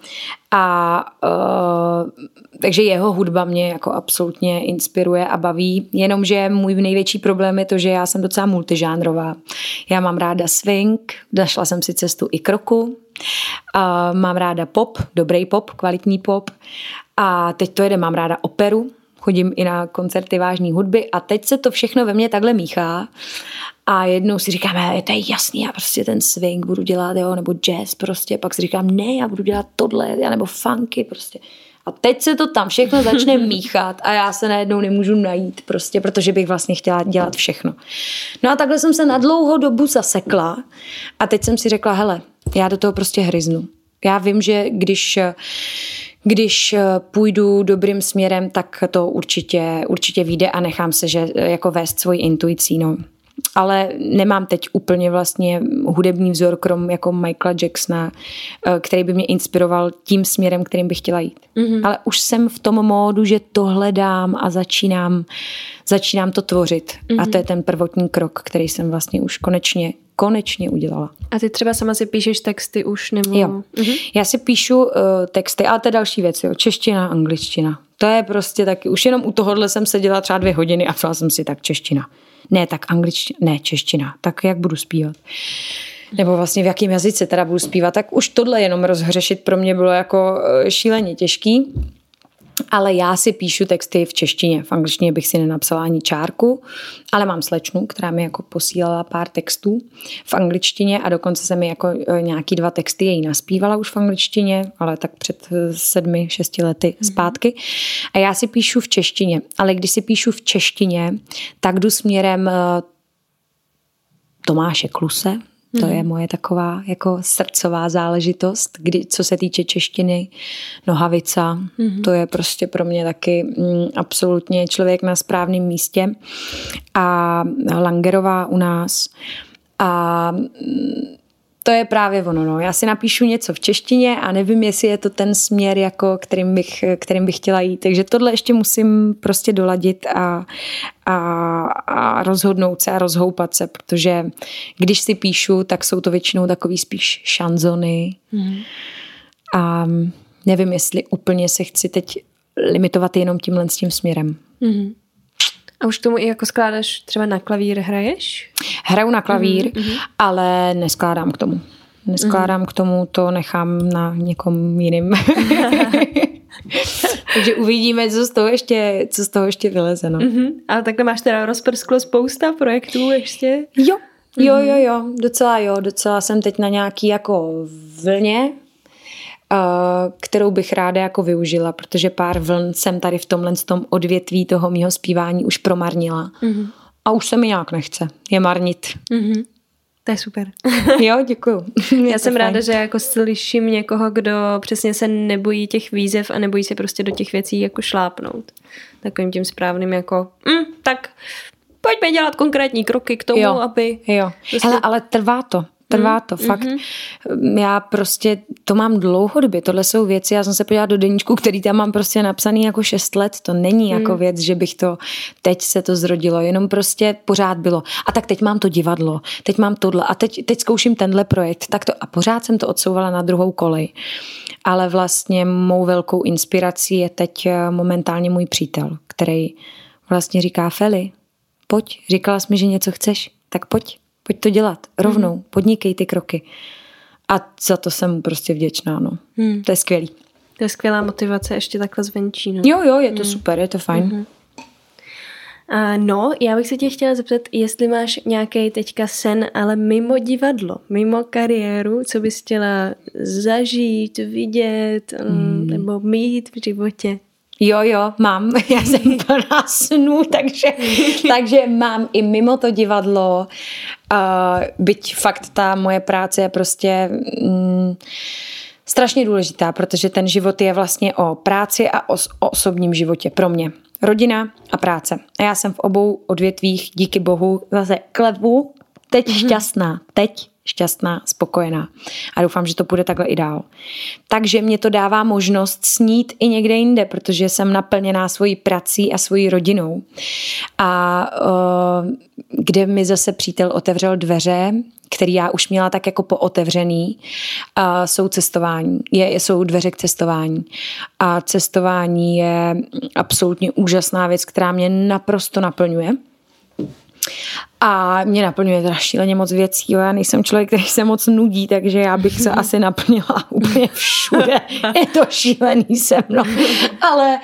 a uh, takže jeho hudba mě jako absolutně inspiruje a baví, jenomže můj největší problém je to, že já jsem docela multižánrová. Já mám ráda swing, našla jsem si cestu i k rocku, uh, mám ráda pop, dobrý pop, kvalitní pop. A teď to jede, mám ráda operu, chodím i na koncerty vážné hudby a teď se to všechno ve mně takhle míchá a jednou si říkám, je to je jasný, já prostě ten swing budu dělat, jo, nebo jazz prostě, pak si říkám, ne, já budu dělat tohle, nebo funky prostě. A teď se to tam všechno začne míchat a já se najednou nemůžu najít prostě, protože bych vlastně chtěla dělat všechno. No a takhle jsem se na dlouhou dobu zasekla a teď jsem si řekla, hele, já do toho prostě hryznu. Já vím, že když... Když půjdu dobrým směrem, tak to určitě, určitě vyjde a nechám se že, jako vést svoji intuicí. No. Ale nemám teď úplně vlastně hudební vzor, krom jako Michaela Jacksona, který by mě inspiroval tím směrem, kterým bych chtěla jít. Mm-hmm. Ale už jsem v tom módu, že to hledám a začínám, začínám to tvořit. Mm-hmm. A to je ten prvotní krok, který jsem vlastně už konečně konečně udělala. A ty třeba sama si píšeš texty už nebo... Jo. Mm-hmm. Já si píšu uh, texty, ale to je další věc, jo. Čeština, angličtina. To je prostě taky, už jenom u tohohle jsem seděla třeba dvě hodiny a psala jsem si tak čeština. Ne, tak angličtina, ne, čeština. Tak jak budu zpívat? Nebo vlastně v jakém jazyce teda budu zpívat? Tak už tohle jenom rozhřešit pro mě bylo jako šíleně těžký. Ale já si píšu texty v češtině. V angličtině bych si nenapsala ani čárku, ale mám slečnu, která mi jako posílala pár textů v angličtině a dokonce se mi jako nějaký dva texty její naspívala už v angličtině, ale tak před sedmi, šesti lety mm-hmm. zpátky. A já si píšu v češtině, ale když si píšu v češtině, tak jdu směrem Tomáše Kluse. To je moje taková jako srdcová záležitost, kdy, co se týče češtiny, Nohavica, mm-hmm. to je prostě pro mě taky mm, absolutně člověk na správném místě. A Langerová u nás. A mm, to je právě ono. No. Já si napíšu něco v češtině a nevím, jestli je to ten směr, jako kterým, bych, kterým bych chtěla jít. Takže tohle ještě musím prostě doladit a, a, a rozhodnout se a rozhoupat se, protože když si píšu, tak jsou to většinou takový spíš šanzony. Mm. A nevím, jestli úplně se chci teď limitovat jenom tímhle s tím směrem. Mm. A už k tomu i jako skládáš, třeba na klavír hraješ? Hraju na klavír, mm-hmm. ale neskládám k tomu. Neskládám mm-hmm. k tomu, to nechám na někom jiným. Takže uvidíme, co z toho ještě, co z toho ještě vyleze. No. Mm-hmm. Ale takhle máš teda rozprsklo spousta projektů ještě? Jo, jo, jo, jo, docela jo, docela jsem teď na nějaký jako vlně, kterou bych ráda jako využila, protože pár vln jsem tady v tomhle tom odvětví toho mýho zpívání už promarnila. Mm-hmm. A už se mi nějak nechce je marnit. Mm-hmm. To je super. Jo, děkuju. Já jsem ráda, že jako slyším někoho, kdo přesně se nebojí těch výzev a nebojí se prostě do těch věcí jako šlápnout. Takovým tím správným jako mm, tak pojďme dělat konkrétní kroky k tomu, jo. aby... Jo. Prostě... Hele, ale trvá to. Trvá to, mm. fakt. Já prostě to mám dlouhodobě. Tohle jsou věci, já jsem se podívala do deníčku, který tam mám prostě napsaný jako šest let. To není mm. jako věc, že bych to, teď se to zrodilo, jenom prostě pořád bylo. A tak teď mám to divadlo, teď mám tohle a teď, teď zkouším tenhle projekt. Tak to, a pořád jsem to odsouvala na druhou kolej. Ale vlastně mou velkou inspirací je teď momentálně můj přítel, který vlastně říká: Feli, pojď, říkala jsi mi, že něco chceš, tak pojď, pojď to dělat, rovnou, mm. podnikej ty kroky. A za to jsem mu prostě vděčná, no. Mm. To je skvělý. To je skvělá motivace, ještě takhle zvenčí, no. Jo, jo, je to mm. super, je to fajn. Mm-hmm. A no, já bych se tě chtěla zeptat, jestli máš nějaký teďka sen, ale mimo divadlo, mimo kariéru, co bys chtěla zažít, vidět, mm. nebo mít v životě. Jo, jo, mám. Já jsem plná snů, takže, takže mám i mimo to divadlo. Uh, byť fakt ta moje práce je prostě mm, strašně důležitá, protože ten život je vlastně o práci a o, o osobním životě pro mě. Rodina a práce. A já jsem v obou odvětvích, díky bohu, zase klepu, teď mm-hmm. šťastná, teď šťastná, spokojená. A doufám, že to půjde takhle i dál. Takže mě to dává možnost snít i někde jinde, protože jsem naplněná svojí prací a svojí rodinou. A uh, kde mi zase přítel otevřel dveře, který já už měla tak jako pootevřený, uh, jsou cestování. Je, jsou dveře k cestování. A cestování je absolutně úžasná věc, která mě naprosto naplňuje. A mě naplňuje teda šíleně moc věcí. Jo. Já nejsem člověk, který se moc nudí, takže já bych se asi naplnila úplně všude. Je to šílený se mnou. Ale,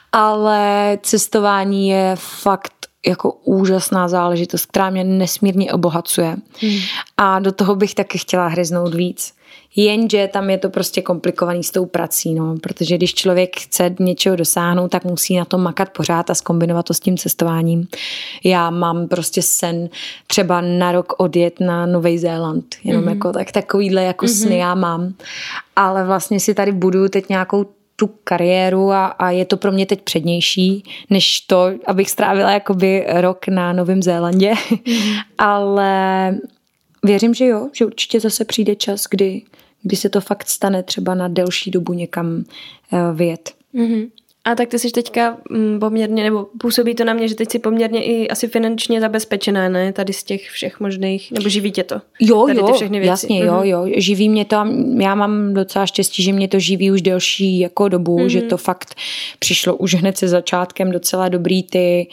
ale cestování je fakt jako úžasná záležitost, která mě nesmírně obohacuje. Hmm. A do toho bych taky chtěla hryznout víc. Jenže tam je to prostě komplikovaný s tou prací, no, protože když člověk chce něčeho dosáhnout, tak musí na tom makat pořád a zkombinovat to s tím cestováním. Já mám prostě sen třeba na rok odjet na Nový Zéland, jenom mm-hmm. jako tak takovýhle jako mm-hmm. sny já mám, ale vlastně si tady budu teď nějakou tu kariéru a, a je to pro mě teď přednější, než to, abych strávila jakoby rok na Novém Zélandě, mm-hmm. ale věřím, že jo, že určitě zase přijde čas, kdy, kdy se to fakt stane třeba na delší dobu někam uh, vyjet. Mm-hmm. A tak ty jsi teďka poměrně, nebo působí to na mě, že teď jsi poměrně i asi finančně zabezpečená, ne? Tady z těch všech možných, nebo živí tě to? Jo, tady jo, ty všechny věci. jasně, mm-hmm. jo, jo, živí mě to a já mám docela štěstí, že mě to živí už delší jako dobu, mm-hmm. že to fakt přišlo už hned se začátkem docela dobrý ty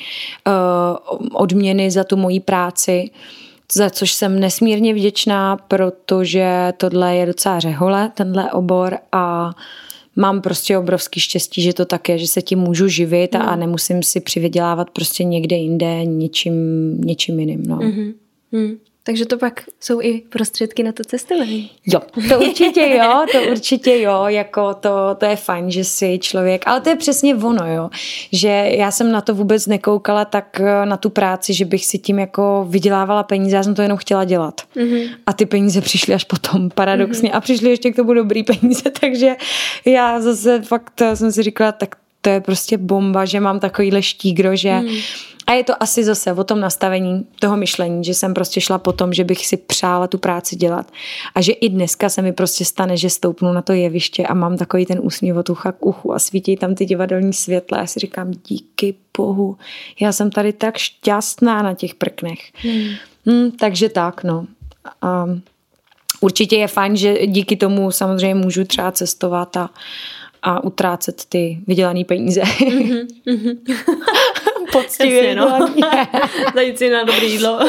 uh, odměny za tu moji práci, za což jsem nesmírně vděčná, protože tohle je docela řehole, tenhle obor a mám prostě obrovský štěstí, že to tak je, že se tím můžu živit a, mm. a nemusím si přivydělávat prostě někde jinde něčím, něčím jiným. No. Mm-hmm. Mm. Takže to pak jsou i prostředky na to cestování. Jo, to určitě jo, to určitě jo, jako to, to je fajn, že si člověk, ale to je přesně ono, jo, že já jsem na to vůbec nekoukala tak na tu práci, že bych si tím jako vydělávala peníze, já jsem to jenom chtěla dělat. Mm-hmm. A ty peníze přišly až potom, paradoxně, mm-hmm. a přišly ještě k tomu dobrý peníze, takže já zase fakt jsem si říkala, tak to je prostě bomba, že mám takovýhle štígro, že mm. a je to asi zase o tom nastavení toho myšlení, že jsem prostě šla po tom, že bych si přála tu práci dělat a že i dneska se mi prostě stane, že stoupnu na to jeviště a mám takový ten úsměv od ucha k uchu a svítí tam ty divadelní světla a já si říkám, díky bohu, já jsem tady tak šťastná na těch prknech. Mm. Hmm, takže tak, no. A určitě je fajn, že díky tomu samozřejmě můžu třeba cestovat a a utrácet ty vydělané peníze. Mm-hmm, mm-hmm. Poctivě, no. Zajít si na dobré jídlo.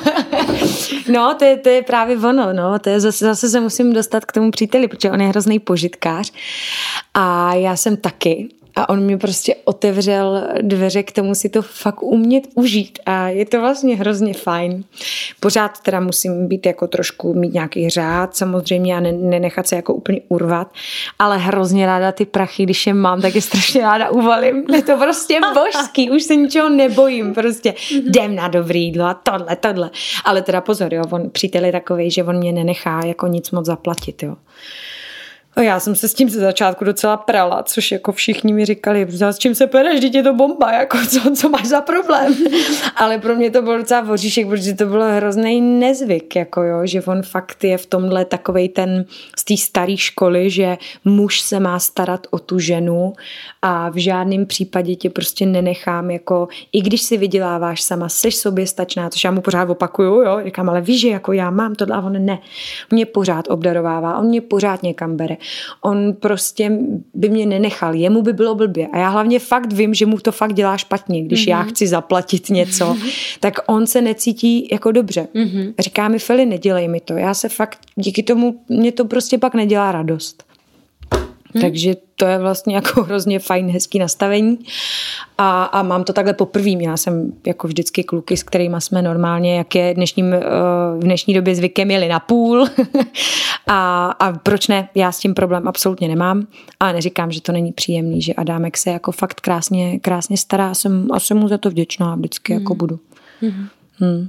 No, to je, to je právě ono, no. To je zase, zase se musím dostat k tomu příteli, protože on je hrozný požitkář a já jsem taky. A on mi prostě otevřel dveře k tomu si to fakt umět užít a je to vlastně hrozně fajn. Pořád teda musím být jako trošku mít nějaký řád samozřejmě a ne, nenechat se jako úplně urvat, ale hrozně ráda ty prachy, když je mám, tak je strašně ráda uvalím. Je to prostě božský, už se ničeho nebojím, prostě jdem na dobrý jídlo a tohle, tohle. Ale teda pozor, jo, on přítel je takovej, že on mě nenechá jako nic moc zaplatit, jo. A já jsem se s tím ze začátku docela prala, což jako všichni mi říkali, s čím se pereš, vždyť je to bomba, jako co, co máš za problém. Ale pro mě to byl docela voříšek, protože to bylo hrozný nezvyk, jako jo, že on fakt je v tomhle takovej ten z té staré školy, že muž se má starat o tu ženu a v žádném případě tě prostě nenechám, jako i když si vyděláváš sama, seš soběstačná, což já mu pořád opakuju, jo, říkám, ale víš, že jako já mám tohle a on ne. Mě pořád obdarovává, on mě pořád někam bere. On prostě by mě nenechal, jemu by bylo blbě. A já hlavně fakt vím, že mu to fakt dělá špatně, když mm-hmm. já chci zaplatit něco, tak on se necítí jako dobře. Mm-hmm. Říká mi, Feli, nedělej mi to. Já se fakt, díky tomu, mě to prostě pak nedělá radost. Hmm. Takže to je vlastně jako hrozně fajn, hezký nastavení. A, a mám to takhle poprvé. Já jsem jako vždycky kluky, s kterými jsme normálně, jak je dnešním, v dnešní době zvykem, jeli na půl. a, a proč ne? Já s tím problém absolutně nemám. A neříkám, že to není příjemný, že Adámek se jako fakt krásně, krásně stará. A jsem, a jsem mu za to vděčná. Vždycky hmm. jako budu. Hmm. Hmm.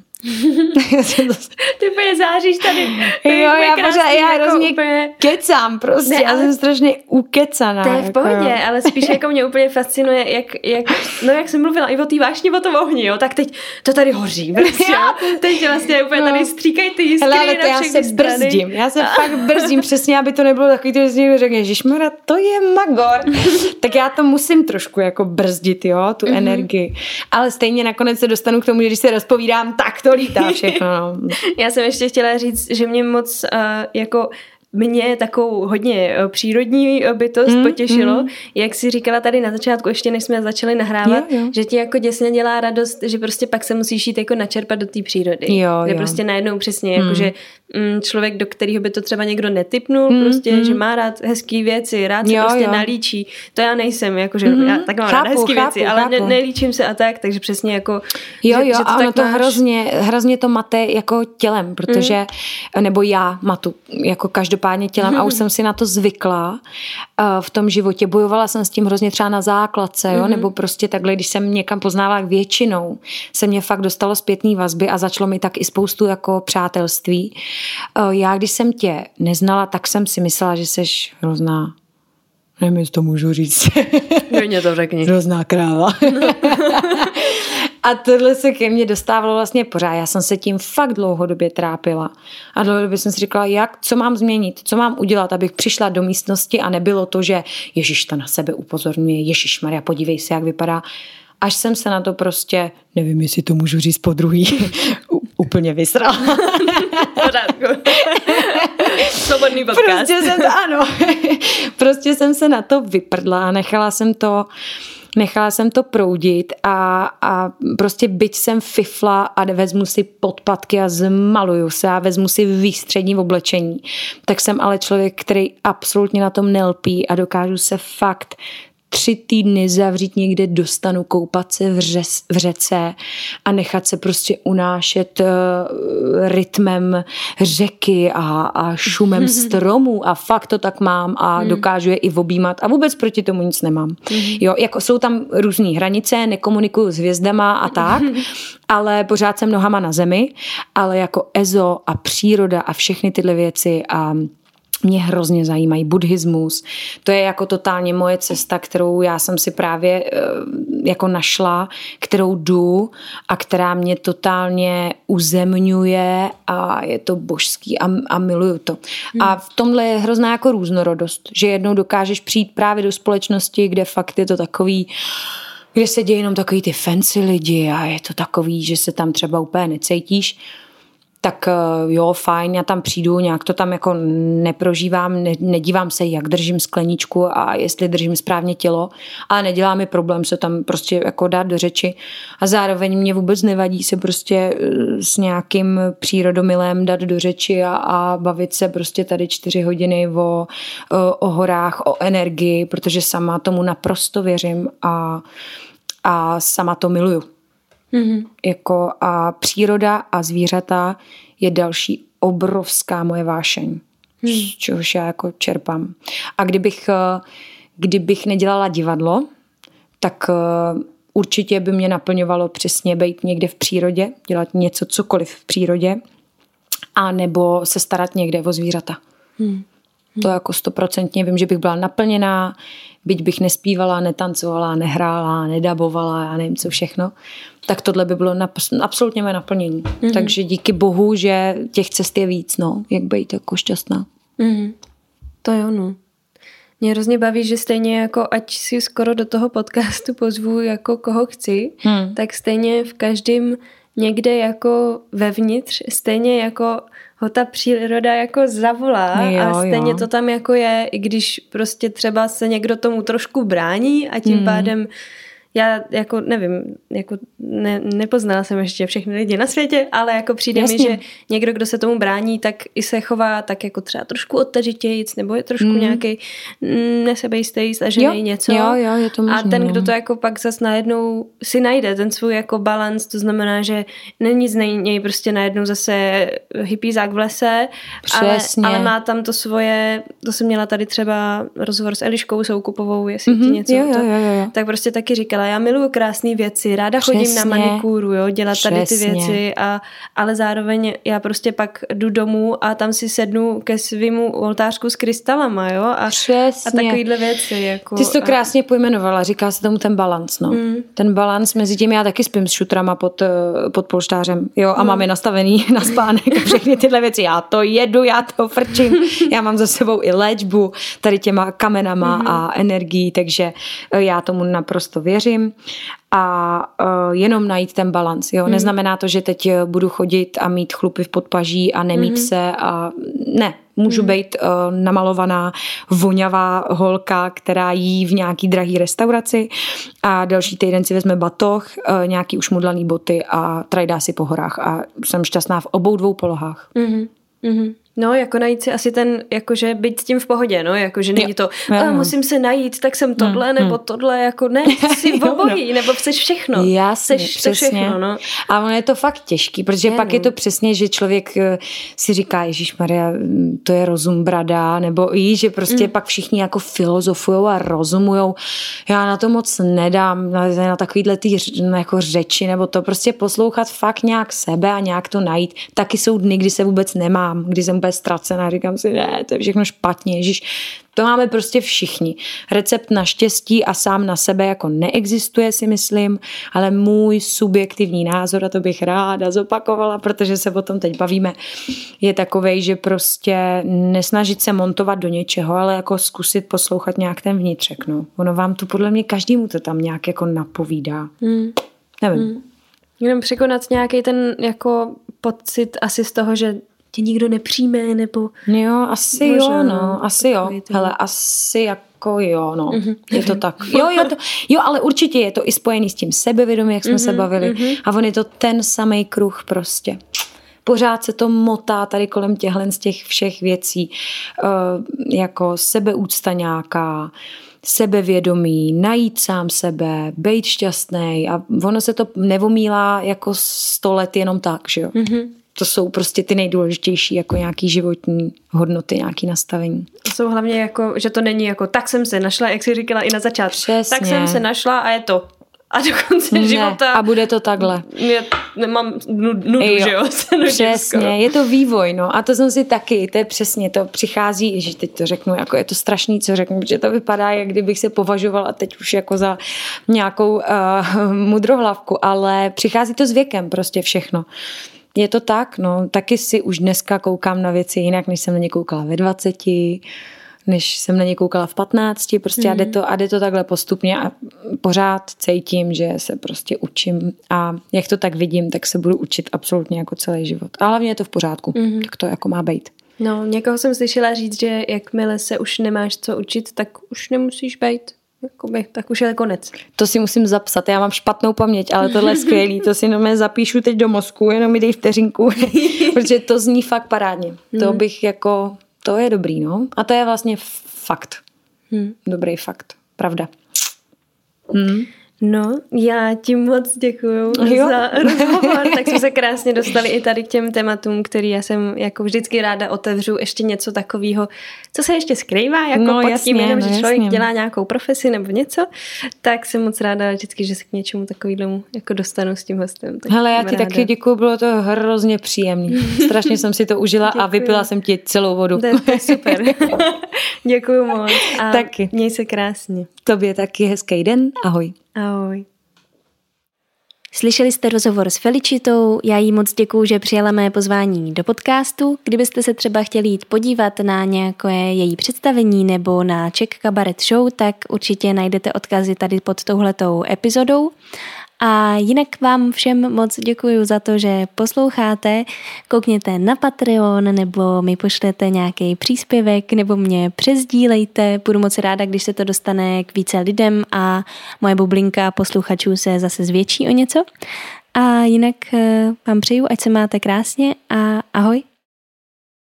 Ty úplně záříš tady. Jo, já pořád, já jako hrozně úplně... kecám prostě, ne, já jsem strašně ukecaná. To je v jako pohodě, jo. Ale spíš jako mě úplně fascinuje, jak, jak, no jak jsem mluvila i o té vášni, o tom ohni, jo, tak teď to tady hoří, prostě, teď vlastně úplně no. tady stříkají ty jiskry ale, ale to na já se strany. brzdím, já se fakt brzdím, přesně, aby to nebylo takový, že si někdo řekne, ježišmarja, to je magor, tak já to musím trošku jako brzdit, jo, tu mm-hmm. energii, ale stejně nakonec se dostanu k tomu, že když se rozpovídám, tak to lítá všechno. No. Já jsem ještě chtěla říct, že mě moc uh, jako mě takovou hodně přírodní bytost mm, potěšilo, mm. jak jsi říkala tady na začátku, ještě než jsme začali nahrávat, jo, jo. že ti jako děsně dělá radost, že prostě pak se musíš jít jako načerpat do té přírody. Jo, kde jo. prostě najednou přesně, mm. jakože mm, člověk, do kterého by to třeba někdo netipnul, mm, prostě, mm. že má rád hezký věci, rád se jo, prostě jo. nalíčí. To já nejsem, jakože mm. já tak mám chápu, rád hezký chápu, věci, chápu. ale ne, nelíčím se a tak, takže přesně jako jo, že, jo, že to a ono tak to máš... hrozně, hrozně to mate jako tělem, protože, mm. nebo já matu, jako každopádně páně tělem a už jsem si na to zvykla uh, v tom životě. Bojovala jsem s tím hrozně třeba na základce, jo? Mm-hmm. nebo prostě takhle, když jsem někam poznávala většinou, se mě fakt dostalo zpětný vazby a začalo mi tak i spoustu jako přátelství. Uh, já, když jsem tě neznala, tak jsem si myslela, že seš hrozná, nevím, jestli to můžu říct. Mě to řekni. Hrozná kráva. A tohle se ke mně dostávalo vlastně pořád. Já jsem se tím fakt dlouhodobě trápila. A dlouhodobě jsem si říkala, jak, co mám změnit, co mám udělat, abych přišla do místnosti a nebylo to, že Ježíš to na sebe upozorňuje, Ježišmarja, podívej se, jak vypadá. Až jsem se na to prostě, nevím, jestli to můžu říct po druhý, úplně vysrala. Pořádku. Svobodný podcast. Prostě jsem to, ano. Prostě jsem se na to vyprdla a nechala jsem to Nechala jsem to proudit a, a prostě byť jsem fifla a vezmu si podpatky a zmaluju se a vezmu si výstřední oblečení, tak jsem ale člověk, který absolutně na tom nelpí a dokážu se fakt tři týdny zavřít někde, dostanu, koupat se v, řez, v řece a nechat se prostě unášet uh, rytmem řeky a, a šumem stromů a fakt to tak mám a mm. dokážu je i objímat a vůbec proti tomu nic nemám. Mm. Jo, jako jsou tam různý hranice, nekomunikuju s hvězdama a tak, ale pořád jsem nohama na zemi, ale jako ezo a příroda a všechny tyhle věci a mě hrozně zajímají, buddhismus. To je jako totálně moje cesta, kterou já jsem si právě jako našla, kterou jdu a která mě totálně uzemňuje a je to božský a, a miluju to. Hmm. A v tomhle je hrozná jako různorodost, že jednou dokážeš přijít právě do společnosti, kde fakt je to takový, kde se dějí jenom takový ty fancy lidi a je to takový, že se tam třeba úplně necítíš. Tak jo, fajn, já tam přijdu, nějak to tam jako neprožívám, ne, nedívám se, jak držím skleničku a jestli držím správně tělo, ale nedělá mi problém se tam prostě jako dát do řeči a zároveň mě vůbec nevadí se prostě s nějakým přírodomilem dát do řeči a, a bavit se prostě tady čtyři hodiny o, o, o horách, o energii, protože sama tomu naprosto věřím a, a sama to miluju. Mm-hmm. Jako a příroda a zvířata je další obrovská moje vášeň, mm. z čehož já jako čerpám. A kdybych, kdybych nedělala divadlo, tak určitě by mě naplňovalo přesně být někde v přírodě, dělat něco, cokoliv v přírodě, a nebo se starat někde o zvířata. Mm. To jako stoprocentně vím, že bych byla naplněná, byť bych nespívala, netancovala, nehrála, nedabovala, já nevím co všechno, tak tohle by bylo nap- absolutně mé naplnění. Mm-hmm. Takže díky bohu, že těch cest je víc, no, jak být jako šťastná. Mm-hmm. To je ono. Mě hrozně baví, že stejně jako ať si skoro do toho podcastu pozvu jako koho chci, hmm. tak stejně v každém někde jako vevnitř, stejně jako ho ta příroda jako zavolá jo, a stejně jo. to tam jako je, i když prostě třeba se někdo tomu trošku brání a tím hmm. pádem já jako nevím, jako ne, nepoznala jsem ještě všechny lidi na světě, ale jako přijde Jasně. mi, že někdo, kdo se tomu brání, tak i se chová tak jako třeba trošku odtažitějíc, nebo je trošku mm. nějaký nesebejistý, stažený něco. Jo, jo, je to možný, a ten, kdo to jako pak zas najednou si najde, ten svůj jako balans, to znamená, že není z něj prostě najednou zase hippízák v lese, ale, ale má tam to svoje, to jsem měla tady třeba rozhovor s Eliškou Soukupovou, jestli mm-hmm. ti něco, jo, jo, to, jo, jo. tak prostě taky říkala, já miluju krásné věci, ráda Přesně. chodím na manikúru, jo, dělat Přesně. tady ty věci, a, ale zároveň já prostě pak jdu domů a tam si sednu ke svému oltářku s krystalama, jo, a, a takovýhle věci. Jako, Ty jsi to a... krásně pojmenovala, říká se tomu ten balans, no. Mm. Ten balans mezi tím, já taky spím s šutrama pod, pod polštářem, jo, a mm. mám je nastavený na spánek a všechny tyhle věci, já to jedu, já to frčím, já mám za sebou i léčbu tady těma kamenama mm. a energií, takže já tomu naprosto věřím. A uh, jenom najít ten balans. Jo? Mm. Neznamená to, že teď budu chodit a mít chlupy v podpaží a nemít mm. se. A ne, můžu mm. být uh, namalovaná, voňavá holka, která jí v nějaký drahý restauraci a další týden si vezme batoh, uh, nějaký ušmudlaný boty a trajdá si po horách. A jsem šťastná v obou dvou polohách. Mm. Mm. No, jako najít si asi ten, jakože být s tím v pohodě, no, jakože není to, a musím se najít, tak jsem tohle, hmm, nebo tohle, jako ne, jsi v obojí, no. nebo chceš všechno. Jasně, chceš přesně. Všechno, no. A ono je to fakt těžký, protože je, pak no. je to přesně, že člověk si říká, ježišmarja, to je rozum brada, nebo i, že prostě mm. pak všichni jako filozofujou a rozumujou. Já na to moc nedám, na, na takovýhle ty jako řeči, nebo to prostě poslouchat fakt nějak sebe a nějak to najít. Taky jsou dny, kdy se vůbec nemám, kdy jsem úplně ztracená, říkám si, ne, to je všechno špatně, ježiš. To máme prostě všichni. Recept na štěstí a sám na sebe jako neexistuje, si myslím, ale můj subjektivní názor, a to bych ráda zopakovala, protože se o tom teď bavíme, je takovej, že prostě nesnažit se montovat do něčeho, ale jako zkusit poslouchat nějak ten vnitřek. No. Ono vám to podle mě každému to tam nějak jako napovídá. Hmm. Nevím. Hmm. Jenom překonat nějaký ten jako pocit asi z toho, že tě nikdo nepřijme, nebo... Jo, asi možná, jo, no, asi jo. Hele, asi jako jo, no. Mm-hmm. Je to tak. Jo, jo, to, jo, ale určitě je to i spojený s tím sebevědomím, jak jsme mm-hmm, se bavili. Mm-hmm. A on je to ten samej kruh prostě. Pořád se to motá tady kolem těchhle z těch všech věcí. Uh, jako sebeúcta nějaká, sebevědomí, najít sám sebe, být šťastný. A ono se to nevomílá jako sto let jenom tak, že jo. Mm-hmm. To jsou prostě ty nejdůležitější jako nějaký životní hodnoty, nějaký nastavení. To jsou hlavně jako, že to není jako tak jsem se našla, jak jsi říkala i na začátku. Přesně. Tak jsem se našla a je to. A do konce ne, života... A bude to takhle. Já nemám nudu, Ej, jo, že jo? Přesně, skoro. Je to vývoj, no. A to jsem si taky, to je přesně, to přichází, že teď to řeknu, jako je to strašný, co řeknu, protože to vypadá, jak kdybych se považovala teď už jako za nějakou uh, mudrohlavku, ale přichází to s věkem prostě všechno. Je to tak, no, taky si už dneska koukám na věci jinak, než jsem na ně koukala ve dvaceti, než jsem na ně koukala v patnácti, prostě mm. a, jde to, a jde to takhle postupně a pořád cítím, že se prostě učím a jak to tak vidím, tak se budu učit absolutně jako celý život. A hlavně je to v pořádku, mm. tak to jako má být. No, někoho jsem slyšela říct, že jakmile se už nemáš co učit, tak už nemusíš být. Jakoby, tak už je konec. To si musím zapsat, já mám špatnou paměť, ale tohle je skvělý, to si jenom zapíšu teď do mozku, jenom mi dej vteřinku, protože to zní fakt parádně. Hmm. To bych jako, to je dobrý, no. A to je vlastně fakt. Hmm. Dobrý fakt, pravda. Hmm. No, já ti moc děkuju jo. za rozhovor, tak jsme se krásně dostali i tady k těm tématům, který já jsem jako vždycky ráda otevřu, ještě něco takového, co se ještě skrývá, jako no, pod jasně, tím jenom, no, že člověk jasně. dělá nějakou profesi nebo něco, tak jsem moc ráda vždycky, že se k něčemu takovému jako dostanu s tím hostem. Tak hele, já ti ráda. taky děkuju, bylo to hrozně příjemný. Strašně jsem si to užila a vypila jsem ti celou vodu. To je, to je super. Děkuju moc a taky. Měj se krásně. Tobě taky hezký den, ahoj. Ahoj. Slyšeli jste rozhovor s Felicitou, já jí moc děkuju, že přijala mé pozvání do podcastu. Kdybyste se třeba chtěli jít podívat na nějaké její představení nebo na Czech Cabaret Show, tak určitě najdete odkazy tady pod touhletou epizodou. A jinak vám všem moc děkuji za to, že posloucháte. Koukněte na Patreon nebo mi pošlete nějaký příspěvek nebo mě přesdílejte. Budu moc ráda, když se to dostane k více lidem a moje bublinka posluchačů se zase zvětší o něco. A jinak vám přeju, ať se máte krásně a ahoj.